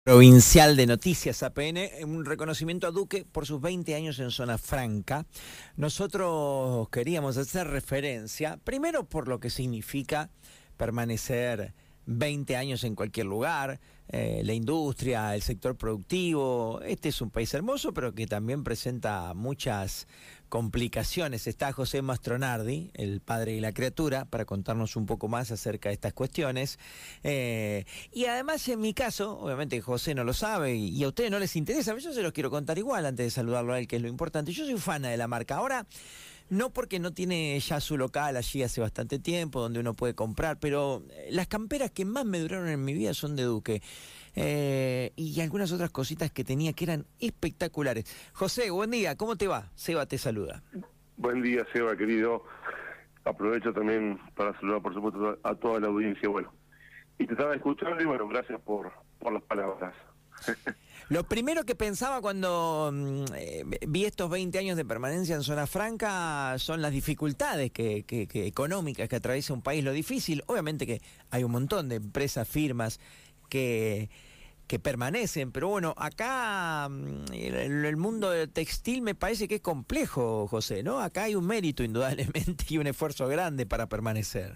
Provincial de Noticias APN, un reconocimiento a Duque por sus 20 años en Zona Franca. Nosotros queríamos hacer referencia, primero por lo que significa permanecer 20 años en cualquier lugar, la industria, el sector productivo. Este es un país hermoso, pero que también presenta muchas complicaciones. Está José Mastronardi, el padre y la criatura, para contarnos un poco más acerca de estas cuestiones. Y además, en mi caso, obviamente José no lo sabe y a ustedes no les interesa, pero yo se los quiero contar igual antes de saludarlo a él, que es lo importante. Yo soy fan de la marca. Ahora, no porque no tiene ya su local allí hace bastante tiempo, donde uno puede comprar, pero las camperas que más me duraron en mi vida son de Duque. Y algunas otras cositas que tenía que eran espectaculares. José, buen día, ¿cómo te va? Seba te saluda. Buen día, Seba, querido. Aprovecho también para saludar, por supuesto, a toda la audiencia. Bueno, y te estaba escuchando y bueno, gracias por las palabras. Lo primero que pensaba cuando vi estos 20 años de permanencia en Zona Franca son las dificultades que económicas que atraviesa un país, lo difícil. Obviamente que hay un montón de empresas, firmas que permanecen, pero bueno, acá el mundo del textil me parece que es complejo, José, ¿no? Acá hay un mérito indudablemente y un esfuerzo grande para permanecer.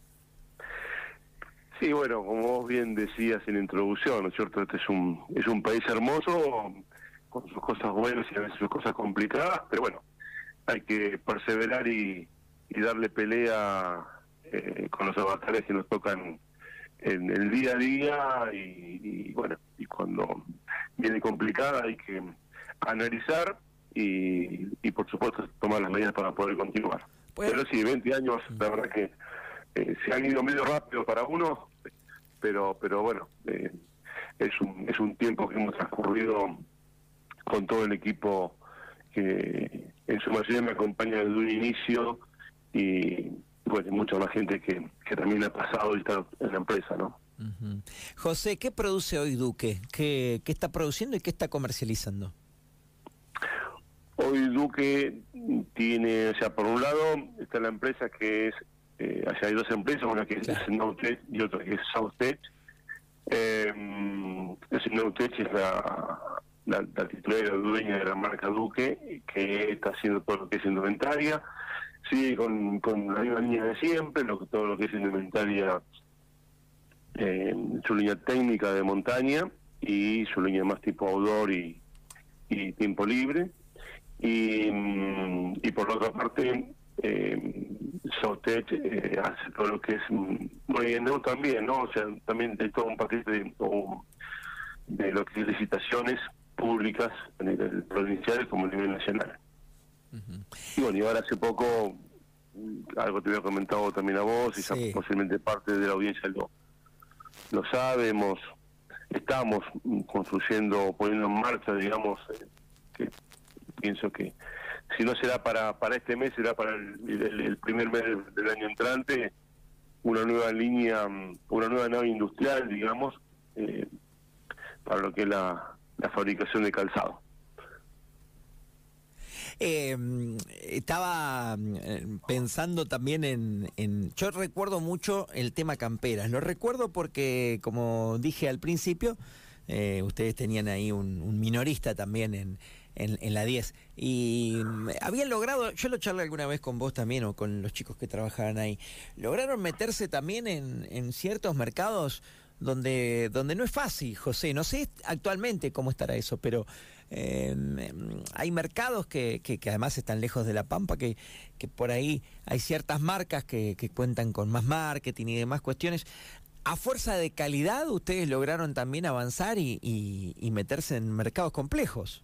Sí, bueno, como vos bien decías en la introducción, ¿no es cierto? Este es un país hermoso, con sus cosas buenas y a veces sus cosas complicadas, pero bueno, hay que perseverar y darle pelea con los avatares que nos tocan en el día a día y bueno, y cuando viene complicada hay que analizar y por supuesto tomar las medidas para poder continuar. Pues, Pero sí, 20 años, la verdad que se han ido medio rápido para uno, pero bueno, es un tiempo que hemos transcurrido con todo el equipo que en su mayoría me acompaña desde un inicio y bueno, mucha más gente que también ha pasado y está en la empresa, ¿no? uh-huh. José, ¿qué produce hoy Duque? ¿Qué está produciendo y qué está comercializando? Hoy Duque tiene, o sea, por un lado está la empresa que es, allá hay dos empresas, una que Claro. es Snowtech y otra que es Southtech. Snowtech es la titular dueña de la marca Duque, que está haciendo todo lo que es indumentaria, sigue con la misma línea de siempre, todo lo que es indumentaria, su línea técnica de montaña y su línea más tipo outdoor y tiempo libre. Y por la otra parte, Southtech hace todo lo que es no también, ¿no? O sea, también hay todo un paquete de lo que es licitaciones públicas a nivel provincial como a nivel nacional. Uh-huh. Y bueno, y ahora hace poco, algo te había comentado también a vos, y ya Sí. posiblemente parte de la audiencia lo sabe, estamos construyendo, poniendo en marcha, digamos, que pienso que si no será para este mes, será para el primer mes del año entrante, una nueva línea, una nueva nave industrial, digamos, para lo que es la fabricación de calzado. Estaba pensando también yo recuerdo mucho el tema camperas, lo recuerdo porque, como dije al principio, ustedes tenían ahí un minorista también en la 10 y habían logrado, yo lo charlé alguna vez con vos también o con los chicos que trabajaban ahí, lograron meterse también en ciertos mercados donde no es fácil, José, no sé actualmente cómo estará eso, pero hay mercados que además están lejos de La Pampa, que por ahí hay ciertas marcas que cuentan con más marketing y demás cuestiones. A fuerza de calidad, ustedes lograron también avanzar y meterse en mercados complejos.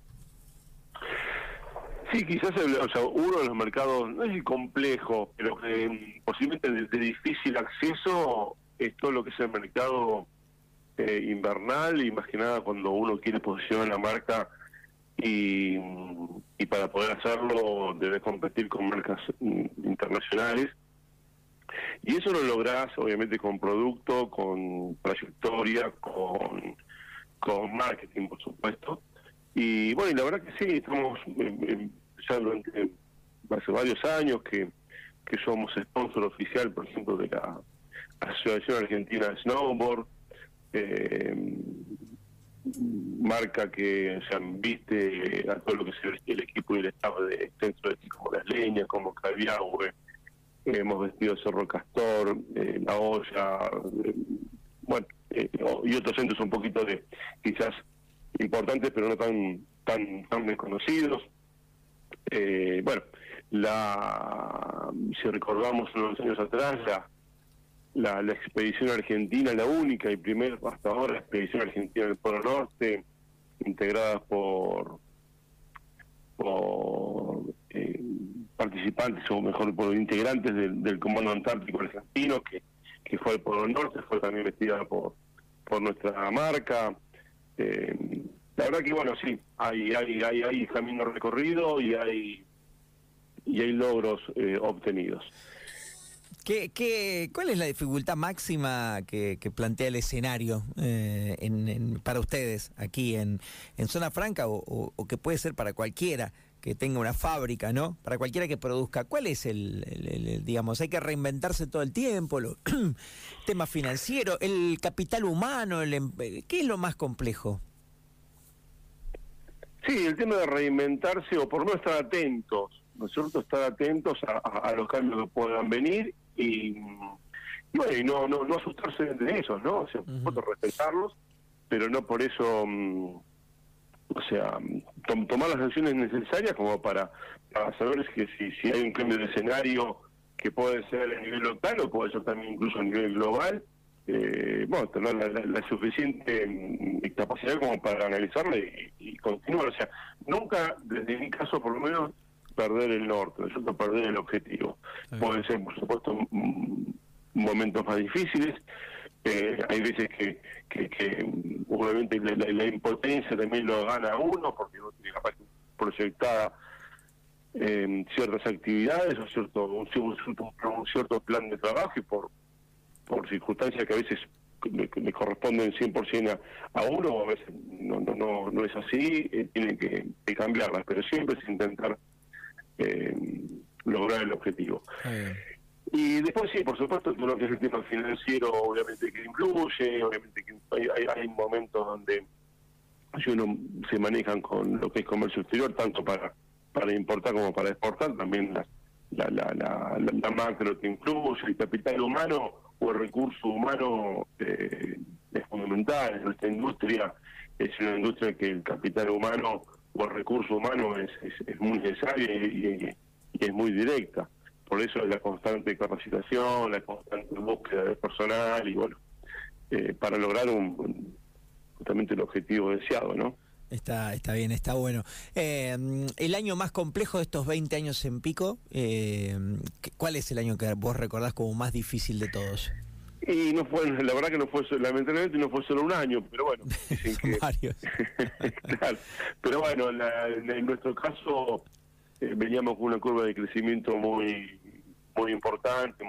Sí, quizás o sea, uno de los mercados, no es complejo, pero que posiblemente de difícil acceso es todo lo que es el mercado invernal, y más que nada cuando uno quiere posicionar la marca y para poder hacerlo debes competir con marcas internacionales. Y eso lo lográs obviamente con producto, con trayectoria, con marketing, por supuesto. Y bueno, y la verdad que sí, estamos ya durante hace varios años que somos sponsor oficial, por ejemplo, de la Asociación Argentina de Snowboard. marca que, o sea, viste a todo lo que es el equipo y el staff de Centro de como Las Leñas, como Caviahue, hemos vestido Cerro Castor, La Olla, bueno, y otros centros un poquito de, quizás importantes, pero no tan desconocidos. Bueno, si recordamos unos años atrás, la expedición argentina, la única y primera hasta ahora expedición argentina del Polo Norte, integrada por participantes, o mejor, por integrantes del Comando Antártico Argentino, que fue al Polo Norte, fue también vestida por nuestra marca. La verdad que, bueno, sí, hay camino recorrido y hay logros obtenidos. ¿Cuál es la dificultad máxima que plantea el escenario para ustedes aquí en Zona Franca o que puede ser para cualquiera que tenga una fábrica, ¿no? Para cualquiera que produzca. ¿Cuál es digamos, hay que reinventarse todo el tiempo, tema financiero, el capital humano, ¿qué es lo más complejo? Sí, el tema de reinventarse o por lo menos estar atentos, ¿no es cierto? Estar atentos a los cambios que puedan venir y bueno, y no asustarse de esos, ¿no? O sea, respetarlos, pero no por eso, o sea, tomar las acciones necesarias como para saber que si hay un cambio de escenario que puede ser a nivel local o puede ser también incluso a nivel global, bueno, tener la suficiente capacidad como para analizarla y continuar. O sea, nunca, desde mi caso por lo menos, perder el norte, nosotros perder el objetivo. Pueden ser, por supuesto, momentos más difíciles. Hay veces que obviamente la impotencia también lo gana uno, porque no tiene capaz proyectada ciertas actividades o un cierto plan de trabajo, y por circunstancias que a veces le corresponden 100% a uno, o a veces no es así, tienen que cambiarlas, pero siempre es intentar lograr el objetivo. Y después sí, por supuesto, todo lo que es el tema financiero, obviamente que influye, obviamente que hay momentos donde si uno se manejan con lo que es comercio exterior, tanto para importar como para exportar, también la macro que influye, el capital humano o el recurso humano es fundamental. En nuestra industria es una industria que el capital humano o el recurso humano es muy necesario y es muy directa. Por eso es la constante capacitación, la constante búsqueda de personal y bueno, para lograr justamente el objetivo deseado, ¿no? Está bien, está bueno. El año más complejo de estos 20 años en Pico, ¿cuál es el año que vos recordás como más difícil de todos? Y no fue, la verdad que no fue, lamentablemente no fue solo un año, pero bueno, dicen que varios. Claro, pero bueno, en nuestro caso veníamos con una curva de crecimiento muy importante,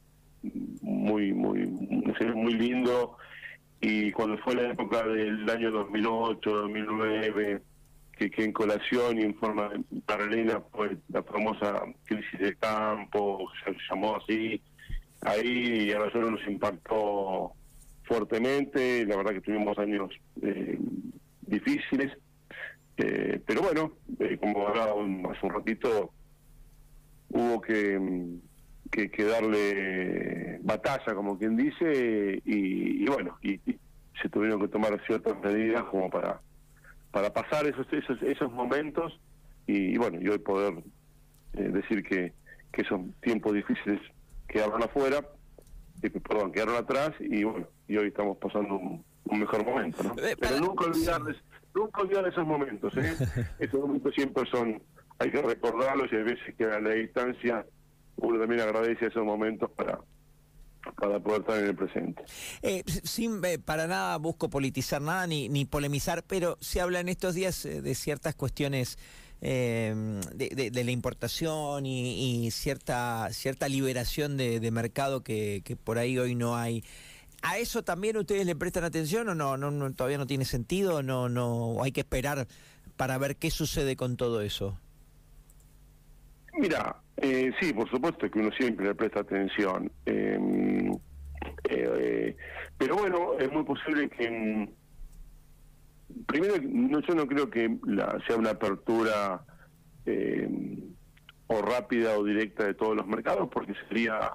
muy lindo, y cuando fue la época del año 2008, 2009, que en colación y en forma paralela fue la famosa crisis de campo, se llamó así, ahí a nosotros nos impactó fuertemente. La verdad que tuvimos años difíciles, pero bueno, como hablaba hace un ratito, hubo que darle batalla, como quien dice, y bueno, y se tuvieron que tomar ciertas medidas como para pasar esos momentos y bueno, y hoy poder decir que esos tiempos difíciles quedaron afuera, quedaron atrás, y bueno, y hoy estamos pasando un mejor momento, ¿no? Pero nunca olvidar esos momentos, esos momentos siempre hay que recordarlos, y hay veces que a la distancia uno también agradece esos momentos para poder estar en el presente. Sin para nada busco politizar nada ni polemizar, pero se habla en estos días de ciertas cuestiones de la importación y cierta liberación de mercado que por ahí hoy no hay. ¿A eso también ustedes le prestan atención o no todavía no tiene sentido? No hay que esperar para ver qué sucede con todo eso. Mira, sí, por supuesto que uno siempre le presta atención, pero bueno, es muy posible que primero, yo no creo que sea una apertura o rápida o directa de todos los mercados, porque sería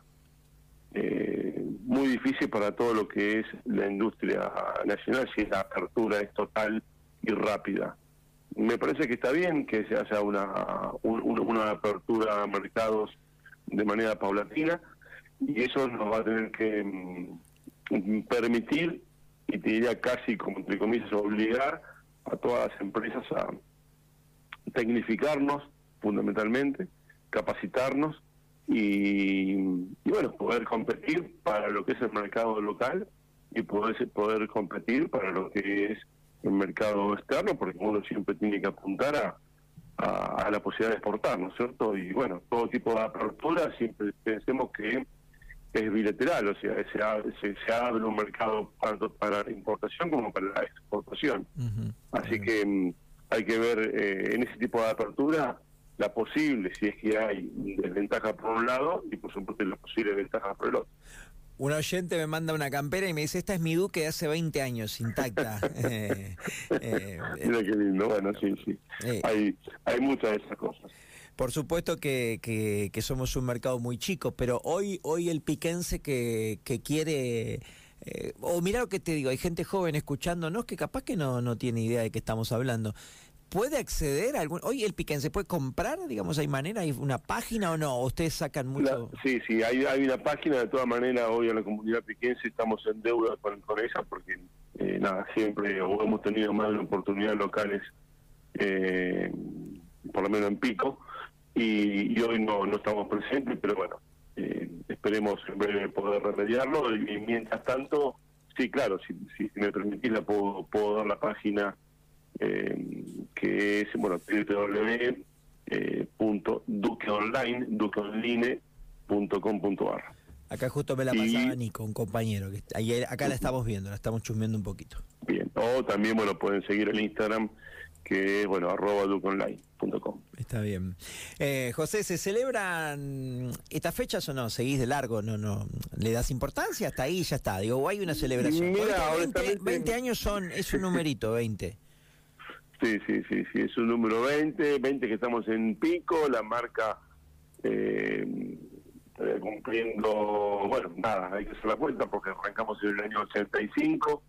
muy difícil para todo lo que es la industria nacional si la apertura es total y rápida. Me parece que está bien que se haya una apertura a mercados de manera paulatina, y eso nos va a tener que permitir, y te diría casi como entre comillas obligar a todas las empresas a tecnificarnos fundamentalmente, capacitarnos y bueno, poder competir para lo que es el mercado local y poder competir para lo que es el mercado externo, porque uno siempre tiene que apuntar a la posibilidad de exportar, ¿no es cierto? Y bueno, todo tipo de apertura siempre pensemos que es bilateral, o sea, se abre un mercado tanto para la importación como para la exportación. Así que hay que ver en ese tipo de apertura la posible, si es que hay desventaja por un lado, y por supuesto la posible ventaja por el otro. Un oyente me manda una campera y me dice, esta es mi Duque de hace 20 años, intacta. Mira qué lindo, bueno, sí. Hay muchas de esas cosas. Por supuesto que somos un mercado muy chico, pero hoy el piquense que quiere... o mira lo que te digo, hay gente joven escuchándonos que capaz que no tiene idea de qué estamos hablando. ¿Puede acceder a algún...? Hoy el piquense puede comprar, digamos, ¿hay manera? ¿Hay una página o no? ¿O ustedes sacan mucho...? Sí, hay una página. De todas maneras, hoy en la comunidad piquense estamos en deuda con esa, porque siempre hemos tenido más de una oportunidad locales, por lo menos en Pico, y hoy no estamos presentes, pero bueno, esperemos en breve poder remediarlo, y mientras tanto, sí, claro, si me permitís, puedo dar la página, que es, bueno, www.duqueonline.com.ar. Acá justo me la pasaba Nico, un compañero, que acá la estamos viendo, la estamos chusmeando un poquito. Bien, o también, bueno, pueden seguir el Instagram, que es, bueno, @duqueonline.com. Está bien. José, ¿se celebran estas fechas o no? ¿Seguís de largo? ¿No le das importancia? Hasta ahí ya está. Digo, hay una celebración. Mira, 20 años es un numerito, 20. Sí, es un número 20 que estamos en Pico, la marca cumpliendo, bueno, nada, hay que hacer la cuenta porque arrancamos en el año 85,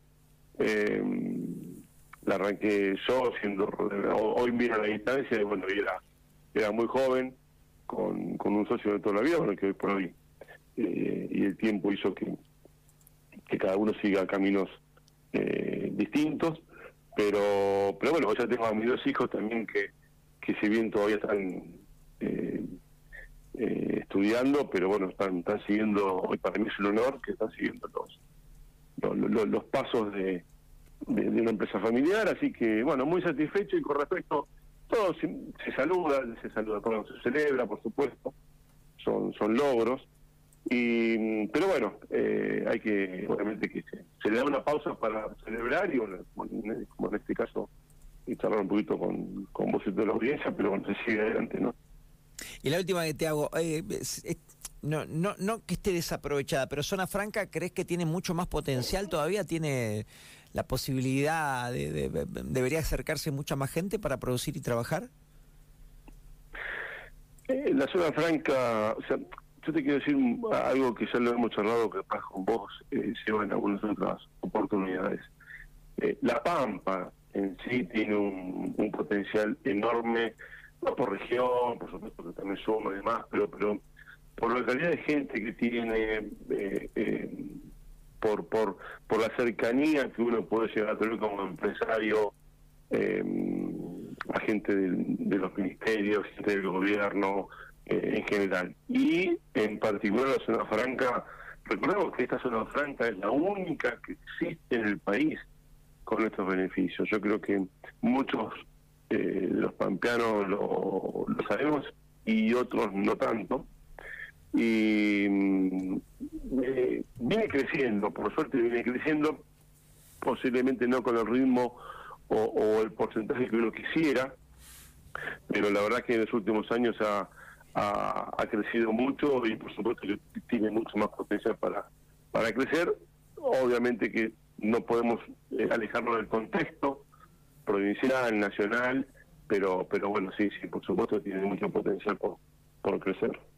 la arranqué yo, hoy miro la distancia, y bueno, era muy joven, con un socio de toda la vida, bueno, que hoy por hoy, y el tiempo hizo que cada uno siga caminos distintos, pero bueno, ya tengo a mis 2 hijos también que si bien todavía están estudiando, pero bueno, están siguiendo, hoy para mí es un honor que están siguiendo los pasos de una empresa familiar, así que bueno, muy satisfecho, y con respecto, todo se saluda, todo se celebra, por supuesto, son logros, pero bueno, hay que, obviamente, que se le da una pausa para celebrar, y bueno, como en este caso, y charlar un poquito con vos y toda la audiencia, pero bueno, se sigue adelante, ¿no? Y la última que te hago, no que esté desaprovechada, pero Zona Franca, ¿crees que tiene mucho más potencial todavía? ¿Tiene la posibilidad debería acercarse mucha más gente para producir y trabajar? La Zona Franca, o sea, yo te quiero decir algo que ya lo hemos charlado capaz con vos, Seba, en algunas otras oportunidades. La Pampa en sí tiene un potencial enorme, no por región, por supuesto que también suma y demás, pero por la calidad de gente que tiene, por la cercanía que uno puede llegar a tener como empresario, a gente de los ministerios, gente del gobierno, en general. Y en particular la Zona Franca, recordemos que esta Zona Franca es la única que existe en el país con estos beneficios. Yo creo que muchos de los pampeanos lo sabemos y otros no tanto. Y viene creciendo, por suerte viene creciendo, posiblemente no con el ritmo o el porcentaje que uno quisiera, pero la verdad que en los últimos años ha crecido mucho, y por supuesto que tiene mucho más potencial para crecer. Obviamente que no podemos alejarnos del contexto provincial, nacional, pero bueno, sí, por supuesto tiene mucho potencial por crecer.